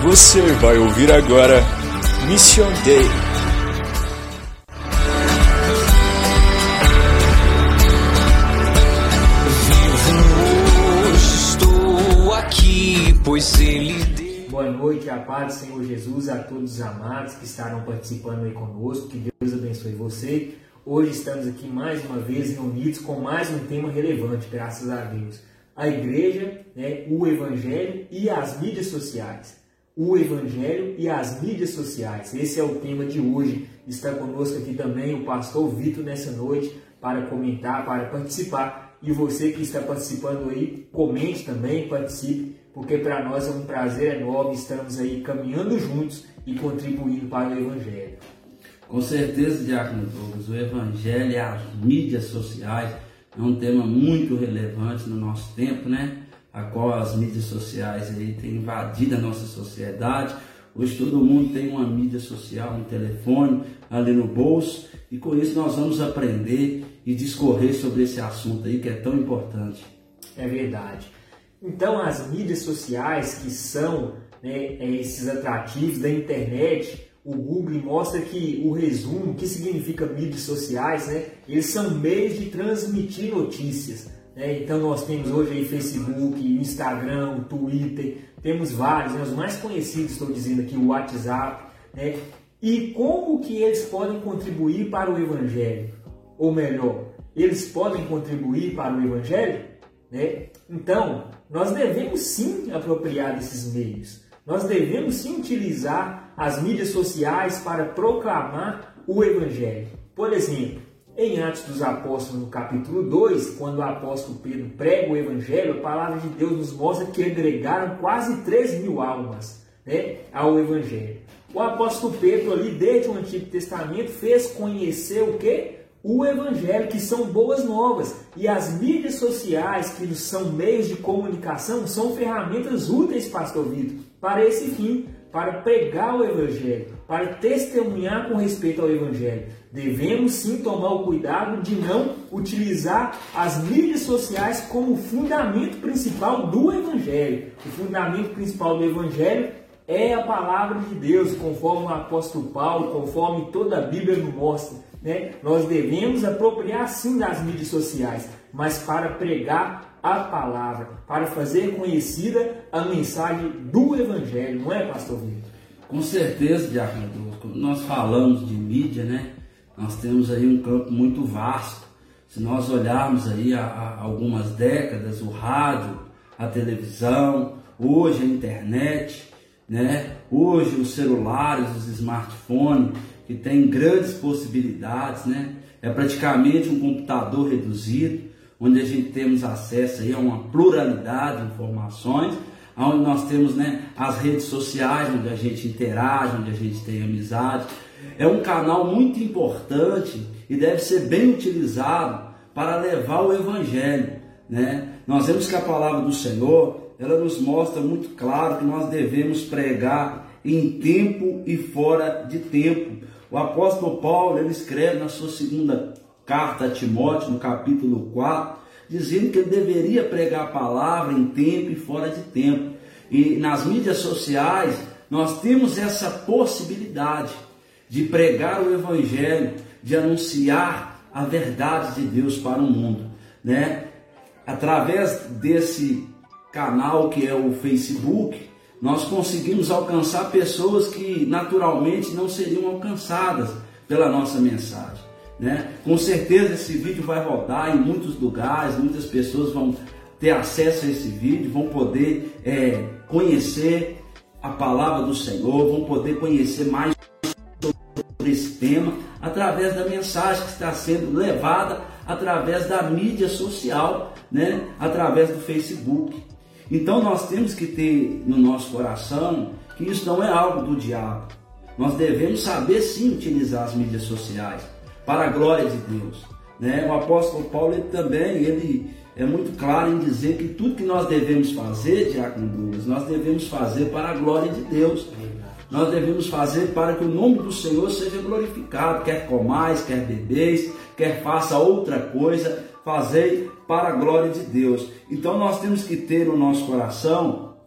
Você vai ouvir agora Mission Day. Vivo hoje, estou aqui, pois Ele deu. Boa noite, a paz do Senhor Jesus a todos os amados que estarão participando aí conosco. Que Deus abençoe você. Hoje estamos aqui mais uma vez reunidos com mais um tema relevante, graças a Deus. A igreja, o evangelho e as mídias sociais. O evangelho e as mídias sociais. Esse é o tema de hoje. Está conosco aqui também o pastor Vitor nessa noite para comentar, para participar. E você que está participando aí, comente também, participe, porque para nós é um prazer enorme. Estamos aí caminhando juntos e contribuindo para o evangelho. Com certeza, Diácono Douglas, o evangelho e as mídias sociais é um tema muito relevante no nosso tempo, né? A qual as mídias sociais aí têm invadido a nossa sociedade. Hoje todo mundo tem uma mídia social, um telefone ali no bolso, e com isso nós vamos aprender e discorrer sobre esse assunto aí que é tão importante. É verdade. Então as mídias sociais, que são esses atrativos da internet, o Google mostra que o resumo, o que significa mídias sociais, eles são meios de transmitir notícias. Então nós temos hoje aí Facebook, Instagram, Twitter, temos vários, os mais conhecidos, estou dizendo aqui, o WhatsApp. E como que eles podem contribuir para o Evangelho? Ou melhor, eles podem contribuir para o Evangelho? Então, nós devemos sim apropriar desses meios. Nós devemos sim utilizar as mídias sociais para proclamar o Evangelho. Por exemplo, em Atos dos Apóstolos, no capítulo 2, quando o apóstolo Pedro prega o Evangelho, a palavra de Deus nos mostra que agregaram quase 3.000 almas ao Evangelho. O apóstolo Pedro ali, desde o Antigo Testamento, fez conhecer o quê? O Evangelho, que são boas novas. E as mídias sociais, que são meios de comunicação, são ferramentas úteis, pastor Vitor, para esse fim, para pregar o Evangelho, para testemunhar com respeito ao Evangelho. Devemos sim tomar o cuidado de não utilizar as mídias sociais como fundamento principal do Evangelho. O fundamento principal do Evangelho é a palavra de Deus, conforme o apóstolo Paulo, conforme toda a Bíblia nos mostra. Nós devemos apropriar sim das mídias sociais, mas para pregar a palavra, para fazer conhecida a mensagem do Evangelho, não é, pastor Vitor? Com certeza, Diácono Douglas, quando nós falamos de mídia, nós temos aí um campo muito vasto. Se nós olharmos aí há algumas décadas, o rádio, a televisão, hoje a internet, hoje os celulares, os smartphones, que tem grandes possibilidades, é praticamente um computador reduzido, onde a gente temos acesso aí a uma pluralidade de informações, onde nós temos as redes sociais, onde a gente interage, onde a gente tem amizade. É um canal muito importante e deve ser bem utilizado para levar o Evangelho. Nós vemos que a palavra do Senhor, ela nos mostra muito claro que nós devemos pregar em tempo e fora de tempo. O apóstolo Paulo, ele escreve na sua segunda carta a Timóteo, no capítulo 4, dizendo que ele deveria pregar a palavra em tempo e fora de tempo. E nas mídias sociais, nós temos essa possibilidade de pregar o Evangelho, de anunciar a verdade de Deus para o mundo. Através desse canal que é o Facebook, nós conseguimos alcançar pessoas que naturalmente não seriam alcançadas pela nossa mensagem. Com certeza esse vídeo vai rodar em muitos lugares, muitas pessoas vão ter acesso a esse vídeo, vão poder conhecer a palavra do Senhor, vão poder conhecer mais sobre esse tema através da mensagem que está sendo levada através da mídia social, através do Facebook. Então nós temos que ter no nosso coração que isso não é algo do diabo. Nós devemos saber sim utilizar as mídias sociais para a glória de Deus. O apóstolo Paulo ele é muito claro em dizer que tudo que nós devemos fazer, Diácono Douglas, nós devemos fazer para a glória de Deus. Nós devemos fazer para que o nome do Senhor seja glorificado, quer comais, quer bebeis, quer faça outra coisa, fazei para a glória de Deus. Então nós temos que ter no nosso coração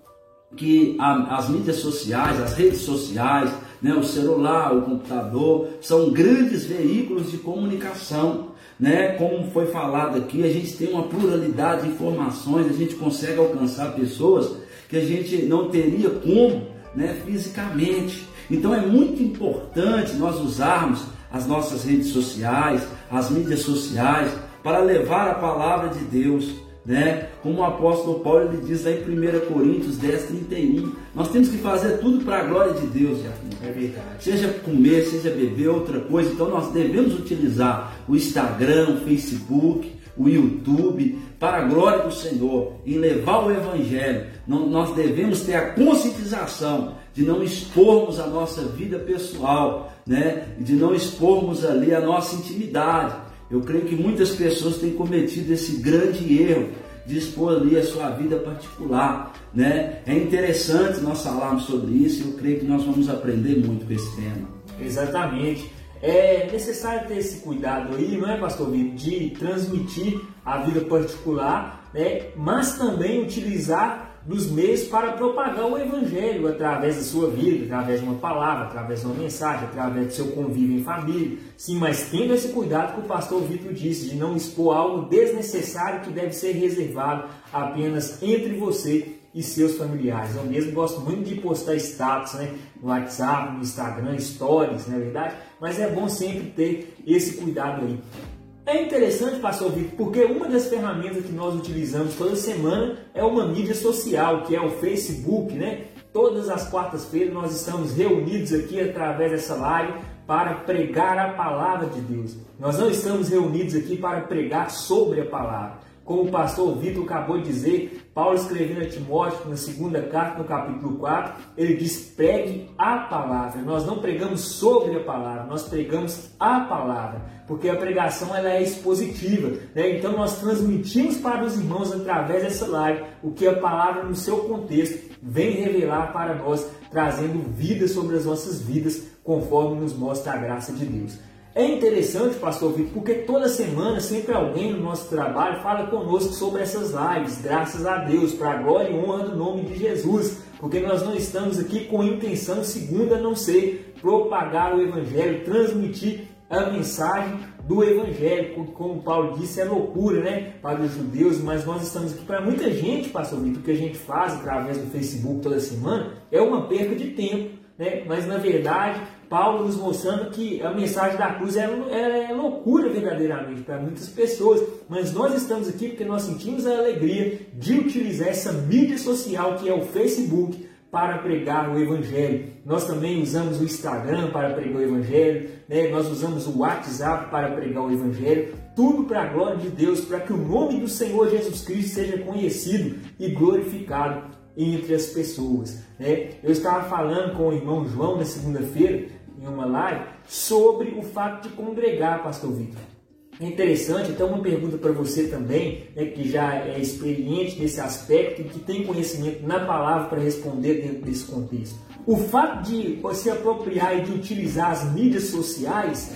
que as mídias sociais, as redes sociais, né, o celular, o computador, são grandes veículos de comunicação, né? Como foi falado aqui, a gente tem uma pluralidade de informações, a gente consegue alcançar pessoas que a gente não teria como, né, fisicamente. Então é muito importante nós usarmos as nossas redes sociais, as mídias sociais, para levar a palavra de Deus, né? Como o apóstolo Paulo ele diz lá em 1 Coríntios 10:31, nós temos que fazer tudo para a glória de Deus, É verdade. seja comer, seja beber, outra coisa. Então nós devemos utilizar o Instagram, o Facebook, o YouTube para a glória do Senhor, em levar o Evangelho. Nós devemos ter a conscientização de não expormos a nossa vida pessoal, né? De não expormos ali a nossa intimidade. Eu creio que muitas pessoas têm cometido esse grande erro de expor ali a sua vida particular, né? É interessante nós falarmos sobre isso e eu creio que nós vamos aprender muito com esse tema. Exatamente. É necessário ter esse cuidado aí, não é, pastor Vitor, de transmitir a vida particular, né? Mas também utilizar dos meios para propagar o Evangelho através da sua vida, através de uma palavra, através de uma mensagem, através do seu convívio em família. Sim, mas tendo esse cuidado que o pastor Vitor disse, de não expor algo desnecessário que deve ser reservado apenas entre você e seus familiares. Eu mesmo gosto muito de postar status, né, no WhatsApp, no Instagram, stories, não é verdade? Mas é bom sempre ter esse cuidado aí. É interessante, pastor Vitor, porque uma das ferramentas que nós utilizamos toda semana é uma mídia social, que é o Facebook, né? Todas as quartas-feiras nós estamos reunidos aqui através dessa live para pregar a palavra de Deus. Nós não estamos reunidos aqui para pregar sobre a palavra. Como o pastor Vitor acabou de dizer, Paulo escrevendo a Timóteo, na segunda carta, no capítulo 4, ele diz: pregue a palavra. Nós não pregamos sobre a palavra, nós pregamos a palavra, porque a pregação ela é expositiva, né? Então nós transmitimos para os irmãos através dessa live o que a palavra no seu contexto vem revelar para nós, trazendo vida sobre as nossas vidas, conforme nos mostra a graça de Deus. É interessante, pastor Vitor, porque toda semana sempre alguém no nosso trabalho fala conosco sobre essas lives, graças a Deus, para a glória e honra do nome de Jesus, porque nós não estamos aqui com intenção segunda a não ser propagar o Evangelho, transmitir a mensagem do Evangelho, como Paulo disse, é loucura, né, para os judeus, mas nós estamos aqui para muita gente, pastor Vitor, o que a gente faz através do Facebook toda semana é uma perca de tempo, né? Mas na verdade Paulo nos mostrando que a mensagem da cruz é loucura verdadeiramente para muitas pessoas, mas nós estamos aqui porque nós sentimos a alegria de utilizar essa mídia social que é o Facebook para pregar o Evangelho. Nós também usamos o Instagram para pregar o Evangelho, né? Nós usamos o WhatsApp para pregar o Evangelho, tudo para a glória de Deus, para que o nome do Senhor Jesus Cristo seja conhecido e glorificado entre as pessoas, né? Eu estava falando com o irmão João na segunda-feira, em uma live, sobre o fato de congregar, pastor Vitor. É interessante, então uma pergunta para você também, né, que já é experiente nesse aspecto e que tem conhecimento na palavra para responder dentro desse contexto. O fato de você apropriar e de utilizar as mídias sociais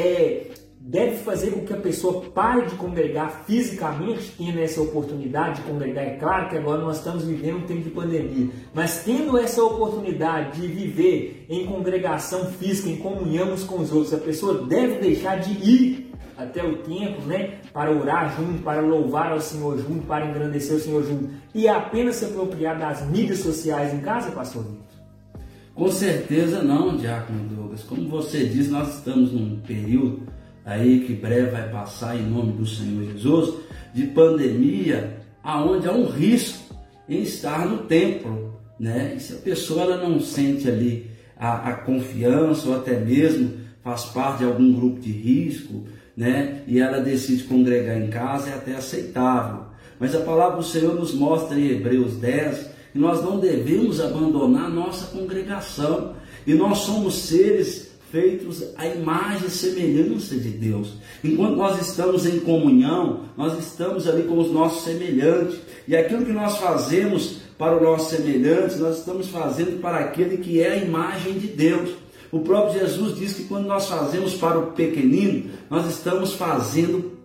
deve fazer com que a pessoa pare de congregar fisicamente, tendo essa oportunidade de congregar. É claro que agora nós estamos vivendo um tempo de pandemia, mas tendo essa oportunidade de viver em congregação física, em comunhão uns com os outros, a pessoa deve deixar de ir até o templo, né, para orar junto, para louvar ao Senhor junto, para engrandecer o Senhor junto, e apenas se apropriar das mídias sociais em casa, pastor Vitor? Com certeza não, Diácono Douglas. Como você diz, nós estamos num período aí que breve vai passar em nome do Senhor Jesus, de pandemia, aonde há um risco em estar no templo, né? E se a pessoa ela não sente ali a confiança ou até mesmo faz parte de algum grupo de risco, né? E ela decide congregar em casa, é até aceitável. Mas a palavra do Senhor nos mostra em Hebreus 10 que nós não devemos abandonar nossa congregação, e nós somos seres feitos à imagem e semelhança de Deus. Enquanto nós estamos em comunhão, nós estamos ali com os nossos semelhantes, e aquilo que nós fazemos para o nosso semelhante, nós estamos fazendo para aquele que é a imagem de Deus. O próprio Jesus diz que quando nós fazemos para o pequenino, nós estamos fazendo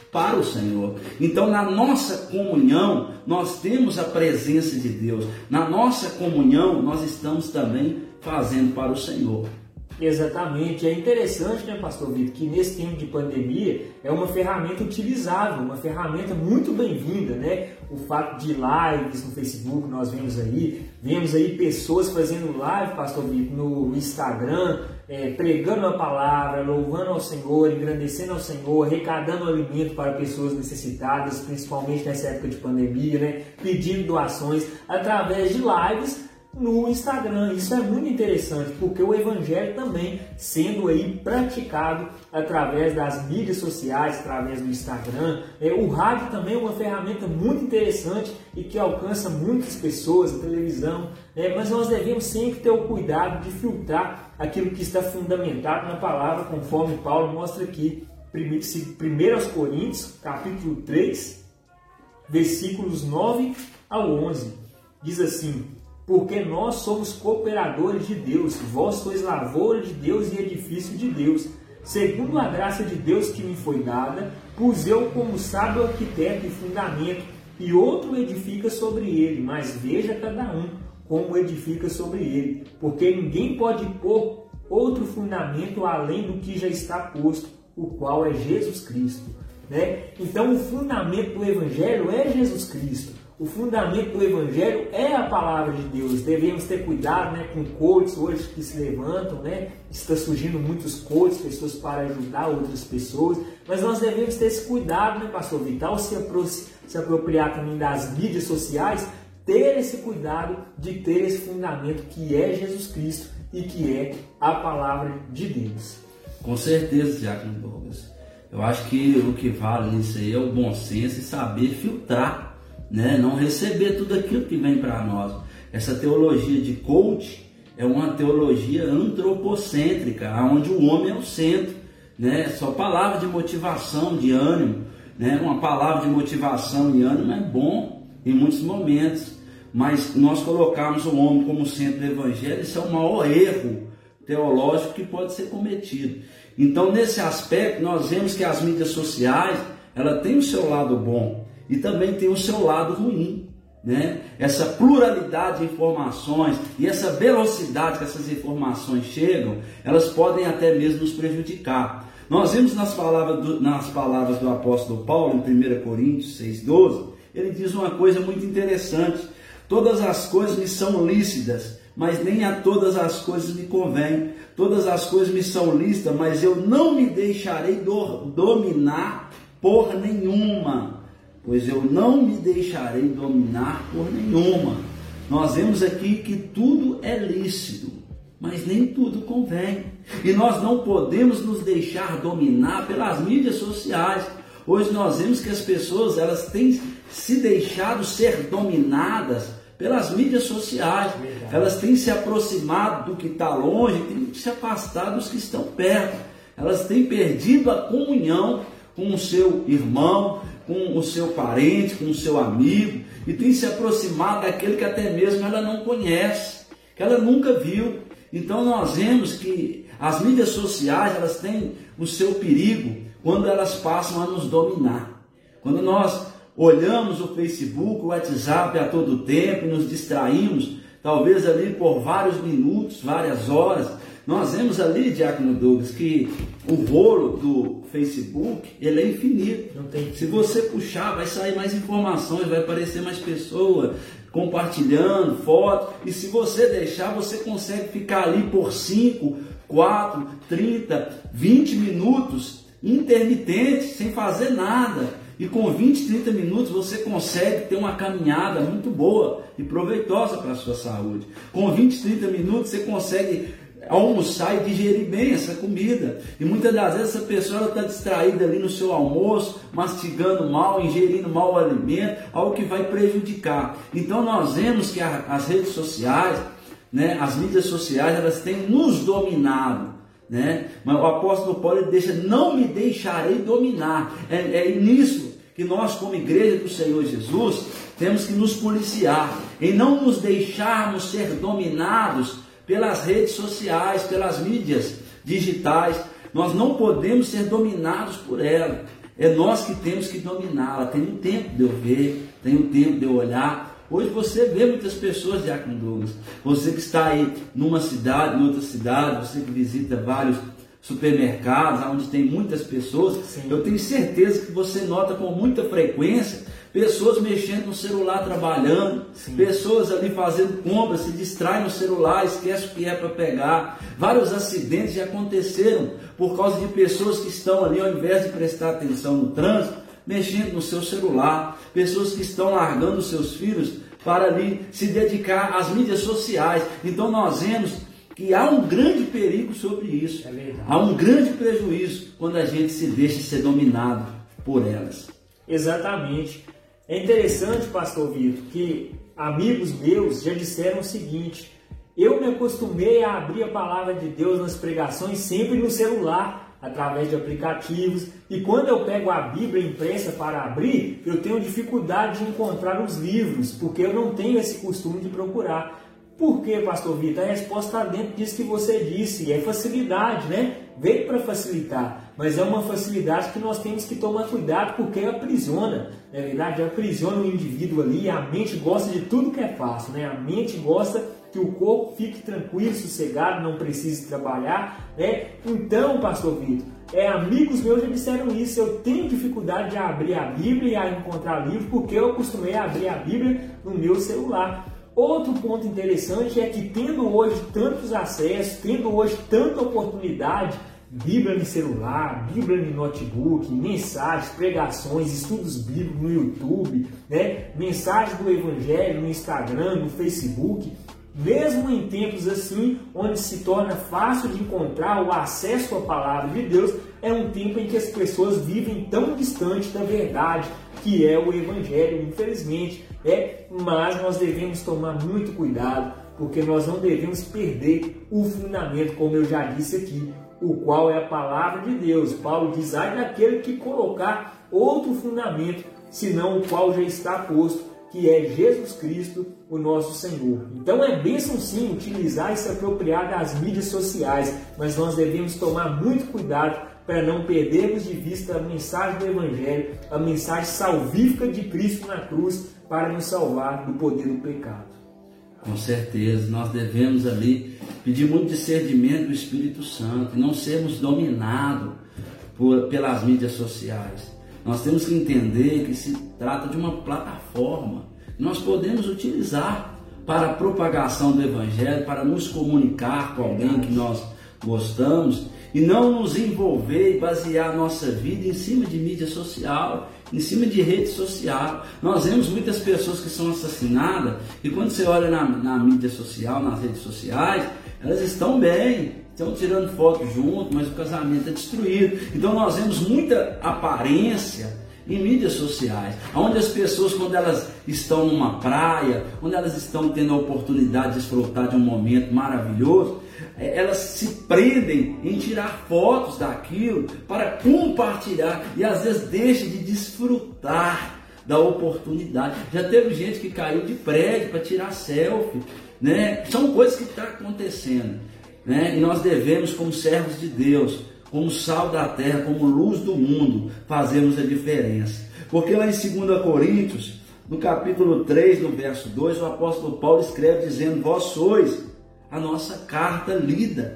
para o Senhor. Então, na nossa comunhão, nós temos a presença de Deus. Na nossa comunhão, nós estamos também fazendo para o Senhor. Exatamente, é interessante, né, pastor Vitor, que nesse tempo de pandemia é uma ferramenta utilizável, uma ferramenta muito bem-vinda, né? O fato de lives no Facebook, nós vemos aí pessoas fazendo live, pastor Vitor, no Instagram, pregando a palavra, louvando ao Senhor, engrandecendo ao Senhor, arrecadando alimento para pessoas necessitadas, principalmente nessa época de pandemia, né? Pedindo doações através de lives no Instagram. Isso é muito interessante, porque o Evangelho também sendo aí praticado através das mídias sociais, através do Instagram. O rádio também é uma ferramenta muito interessante e que alcança muitas pessoas, a televisão, mas nós devemos sempre ter o cuidado de filtrar aquilo que está fundamentado na palavra, conforme Paulo mostra aqui, 1 Coríntios, capítulo 3, versículos 9 ao 11, diz assim: porque nós somos cooperadores de Deus, vós sois lavoura de Deus e edifício de Deus. Segundo a graça de Deus que me foi dada, pus eu como sábio arquiteto e fundamento, e outro edifica sobre ele, mas veja cada um como edifica sobre ele. Porque ninguém pode pôr outro fundamento além do que já está posto, o qual é Jesus Cristo. Né? Então o fundamento do Evangelho é Jesus Cristo. O fundamento do Evangelho é a palavra de Deus. Devemos ter cuidado, né, com coaches hoje que se levantam, né? Está surgindo muitos coaches, pessoas para ajudar outras pessoas, mas nós devemos ter esse cuidado, né, pastor Vital, se apropriar também das mídias sociais, ter esse cuidado de ter esse fundamento que é Jesus Cristo e que é a palavra de Deus. Com certeza, Diácono Douglas. Eu acho que o que vale nisso aí é o bom senso e saber filtrar, né? Não receber tudo aquilo que vem para nós. Essa teologia de coach é uma teologia antropocêntrica, onde o homem é o centro, né? Só palavra de motivação, de ânimo, né? Uma palavra de motivação e ânimo é bom em muitos momentos, mas nós colocarmos o homem como centro do Evangelho, isso é o maior erro teológico que pode ser cometido. Então, nesse aspecto, nós vemos que as mídias sociais, ela tem o seu lado bom e também tem o seu lado ruim, né? Essa pluralidade de informações e essa velocidade que essas informações chegam, elas podem até mesmo nos prejudicar. Nós vimos nas palavras do apóstolo Paulo, em 1 Coríntios 6,12, ele diz uma coisa muito interessante: todas as coisas me são lícitas, mas nem a todas as coisas me convém. Todas as coisas me são lícitas, mas eu não me deixarei dominar por nenhuma. Pois eu não me deixarei dominar por nenhuma. Nós vemos aqui que tudo é lícito, mas nem tudo convém. E nós não podemos nos deixar dominar pelas mídias sociais. Hoje nós vemos que as pessoas, elas têm se deixado ser dominadas pelas mídias sociais. Elas têm se aproximado do que está longe, têm se afastado dos que estão perto. Elas têm perdido a comunhão com o seu irmão, com o seu parente, com o seu amigo, e têm se aproximado daquele que até mesmo ela não conhece, que ela nunca viu. Então nós vemos que as mídias sociais, elas têm o seu perigo quando elas passam a nos dominar. Quando nós olhamos o Facebook, o WhatsApp a todo tempo e nos distraímos, talvez ali por vários minutos, várias horas, nós vemos ali, Diácono Douglas, que o rolo do Facebook, ele é infinito. Se você puxar, vai sair mais informações, vai aparecer mais pessoas compartilhando fotos, e se você deixar, você consegue ficar ali por 5, 4, 30, 20 minutos intermitentes, sem fazer nada. E com 20, 30 minutos você consegue ter uma caminhada muito boa e proveitosa para a sua saúde. Com 20, 30 minutos você consegue almoçar e digerir bem essa comida. E muitas das vezes essa pessoa está distraída ali no seu almoço, mastigando mal, ingerindo mal o alimento, algo que vai prejudicar. Então nós vemos que as redes sociais, né, as mídias sociais, elas têm nos dominado, né? Mas o apóstolo Paulo ele deixa: não me deixarei dominar. É nisso que nós, como igreja do Senhor Jesus, temos que nos policiar, em não nos deixarmos ser dominados pelas redes sociais, pelas mídias digitais. Nós não podemos ser dominados por ela. É nós que temos que dominá-la. Tem um tempo de eu ver, tem um tempo de eu olhar. Hoje você vê muitas pessoas, Diácono Douglas, você que está aí numa cidade, em outra cidade, você que visita vários supermercados, onde tem muitas pessoas, sim, eu tenho certeza que você nota com muita frequência pessoas mexendo no celular, trabalhando, sim, pessoas ali fazendo compras, se distraem no celular, esquece o que é para pegar. Vários acidentes já aconteceram por causa de pessoas que estão ali, ao invés de prestar atenção no trânsito, mexendo no seu celular, pessoas que estão largando seus filhos para ali se dedicar às mídias sociais. Então nós vemos que há um grande perigo sobre isso, há um grande prejuízo quando a gente se deixa ser dominado por elas. Exatamente. É interessante, pastor Vitor, que amigos meus já disseram o seguinte: eu me acostumei a abrir a palavra de Deus nas pregações sempre no celular, através de aplicativos, e quando eu pego a Bíblia impressa para abrir, eu tenho dificuldade de encontrar os livros, porque eu não tenho esse costume de procurar. Por quê, pastor Vitor? A resposta está dentro disso que você disse, é facilidade, né? Veio para facilitar, mas é uma facilidade que nós temos que tomar cuidado, porque aprisiona, na verdade, aprisiona o indivíduo ali. A mente gosta de tudo que é fácil, né? A mente gosta que o corpo fique tranquilo, sossegado, não precise trabalhar, né? Então, pastor Vitor, amigos meus já disseram isso: eu tenho dificuldade de abrir a Bíblia e a encontrar livros, porque eu acostumei a abrir a Bíblia no meu celular. Outro ponto interessante é que, tendo hoje tantos acessos, tendo hoje tanta oportunidade, Bíblia no celular, Bíblia no notebook, mensagens, pregações, estudos bíblicos no YouTube, né? Mensagens do Evangelho no Instagram, no Facebook, mesmo em tempos assim, onde se torna fácil de encontrar o acesso à palavra de Deus, é um tempo em que as pessoas vivem tão distante da verdade, que é o Evangelho, infelizmente. Mas nós devemos tomar muito cuidado, porque nós não devemos perder o fundamento, como eu já disse aqui, o qual é a palavra de Deus. Paulo diz: ai daquele que colocar outro fundamento, senão o qual já está posto, que é Jesus Cristo, o nosso Senhor. Então é bênção sim utilizar e se apropriar das mídias sociais, mas nós devemos tomar muito cuidado para não perdermos de vista a mensagem do Evangelho, a mensagem salvífica de Cristo na cruz, para nos salvar do poder do pecado. Com certeza, nós devemos ali pedir muito discernimento do Espírito Santo e não sermos dominados pelas mídias sociais. Nós temos que entender que se trata de uma plataforma que nós podemos utilizar para a propagação do Evangelho, para nos comunicar com alguém que nós gostamos, e não nos envolver e basear a nossa vida em cima de mídia social, em cima de rede social. Nós vemos muitas pessoas que são assassinadas, e quando você olha na mídia social, nas redes sociais, elas estão bem, estão tirando foto junto, mas o casamento é destruído. Então nós vemos muita aparência em mídias sociais, onde as pessoas, quando elas estão numa praia, onde elas estão tendo a oportunidade de desfrutar de um momento maravilhoso, elas se prendem em tirar fotos daquilo para compartilhar, e às vezes deixam de desfrutar da oportunidade. Já teve gente que caiu de prédio para tirar selfie, né? São coisas que estão acontecendo, né? E nós devemos, como servos de Deus, como sal da terra, como luz do mundo, fazermos a diferença. Porque lá em 2 Coríntios, no capítulo 3, no verso 2, o apóstolo Paulo escreve dizendo: vós sois a nossa carta lida,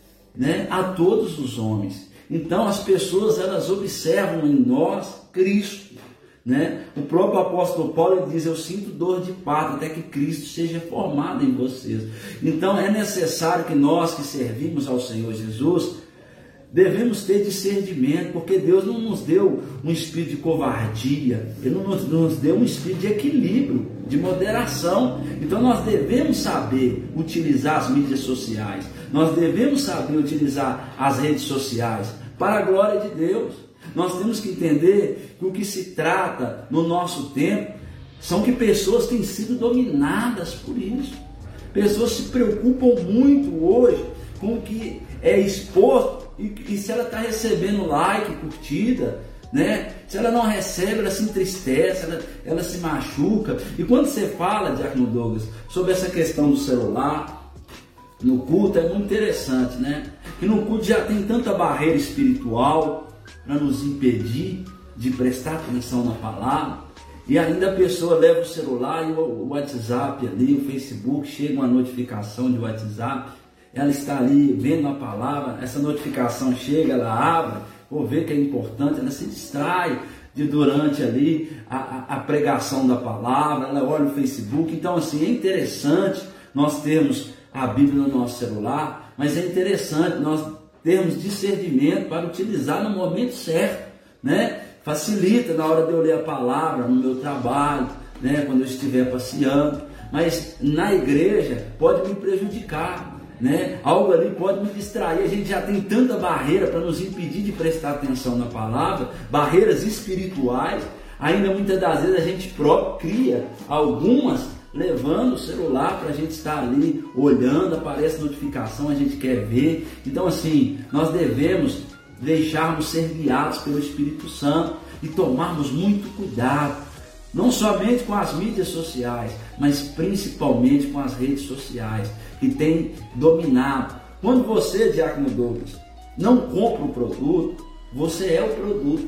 né, a todos os homens. Então as pessoas, elas observam em nós Cristo, né? O próprio apóstolo Paulo diz: eu sinto dor de parto até que Cristo seja formado em vocês. Então é necessário que nós que servimos ao Senhor Jesus devemos ter discernimento, porque Deus não nos deu um espírito de covardia, Ele nos deu um espírito de equilíbrio, de moderação. Então nós devemos saber utilizar as mídias sociais, nós devemos saber utilizar as redes sociais para a glória de Deus. Nós temos que entender que o que se trata no nosso tempo são que pessoas têm sido dominadas por isso. Pessoas se preocupam muito hoje com o que é exposto, e se ela está recebendo like, curtida, né? Se ela não recebe, ela se entristece, ela se machuca. E quando você fala, Diácono Douglas, sobre essa questão do celular no culto, é muito interessante, né? Que no culto já tem tanta barreira espiritual para nos impedir, de prestar atenção na palavra, e ainda a pessoa leva o celular e o WhatsApp ali, o Facebook, chega uma notificação de WhatsApp, ela está ali vendo a palavra, essa notificação chega, ela abre, vou ver que é importante, ela se distrai durante ali a pregação da palavra, ela olha o Facebook. Então assim, é interessante nós termos a Bíblia no nosso celular, mas é interessante nós termos discernimento para utilizar no momento certo, né? Facilita na hora de eu ler a palavra, no meu trabalho, né? Quando eu estiver passeando, mas na igreja pode me prejudicar, né? Algo ali pode me distrair. A gente já tem tanta barreira para nos impedir de prestar atenção na palavra, barreiras espirituais. Ainda muitas das vezes a gente próprio cria algumas, levando o celular para a gente estar ali olhando, aparece notificação, a gente quer ver. Então assim, nós devemos deixarmos ser guiados pelo Espírito Santo e tomarmos muito cuidado, não somente com as mídias sociais, mas principalmente com as redes sociais, que têm dominado. Quando você, Diácono Douglas, não compra o produto, você é o produto.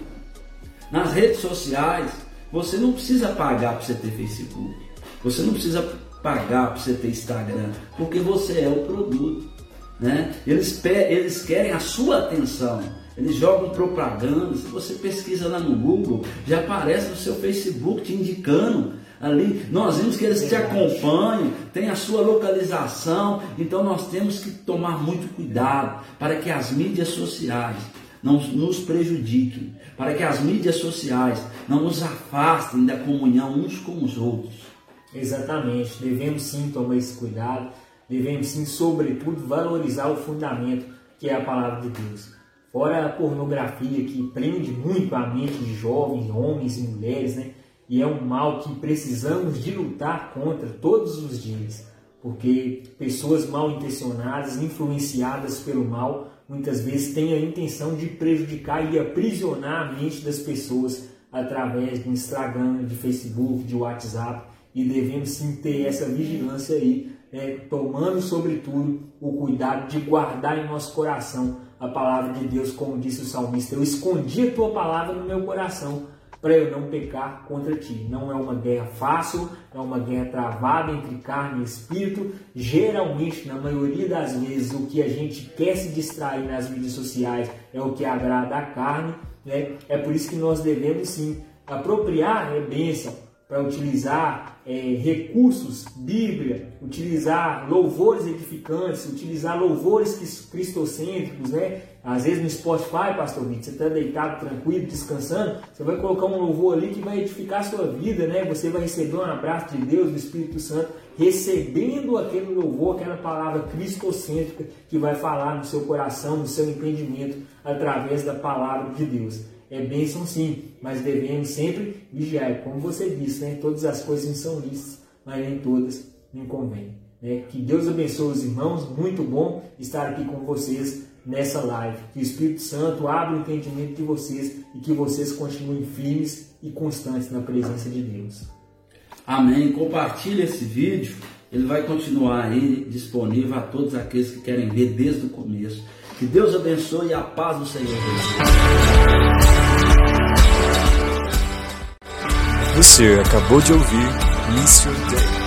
Nas redes sociais, você não precisa pagar para você ter Facebook, você não precisa pagar para você ter Instagram, porque você é o produto, né? Eles querem a sua atenção, eles jogam propaganda. Se você pesquisa lá no Google, já aparece no seu Facebook te indicando ali. Nós vimos que eles te acompanham, tem a sua localização. Então nós temos que tomar muito cuidado para que as mídias sociais não nos prejudiquem, para que as mídias sociais não nos afastem da comunhão uns com os outros. Exatamente, devemos sim tomar esse cuidado, devemos sim, sobretudo, valorizar o fundamento que é a palavra de Deus. Fora a pornografia, que prende muito a mente de jovens, homens e mulheres, né? E é um mal que precisamos de lutar contra todos os dias, porque pessoas mal intencionadas, influenciadas pelo mal, muitas vezes têm a intenção de prejudicar e aprisionar a mente das pessoas através do Instagram, de Facebook, de WhatsApp. E devemos sim ter essa vigilância aí, né? Tomando sobretudo o cuidado de guardar em nosso coração a palavra de Deus, como disse o salmista: eu escondi a tua palavra no meu coração para eu não pecar contra ti. Não é uma guerra fácil, é uma guerra travada entre carne e espírito. Geralmente, na maioria das vezes, o que a gente quer se distrair nas mídias sociais é o que agrada a carne, né? É por isso que nós devemos sim apropriar a bênção para utilizar recursos, Bíblia, utilizar louvores edificantes, utilizar louvores cristocêntricos, né? Às vezes no Spotify, pastor Vitor, você está deitado, tranquilo, descansando, você vai colocar um louvor ali que vai edificar a sua vida, né? Você vai receber um abraço de Deus, do Espírito Santo, recebendo aquele louvor, aquela palavra cristocêntrica que vai falar no seu coração, no seu entendimento, através da palavra de Deus. É bênção sim, mas devemos sempre vigiar. Como você disse, né? Todas as coisas são lícitas, mas nem todas me convêm, né? Que Deus abençoe os irmãos. Muito bom estar aqui com vocês nessa live. Que o Espírito Santo abra o entendimento de vocês e que vocês continuem firmes e constantes na presença de Deus. Amém. Compartilhe esse vídeo. Ele vai continuar aí disponível a todos aqueles que querem ver desde o começo. Que Deus abençoe e a paz do Senhor. Você acabou de ouvir Mission Day.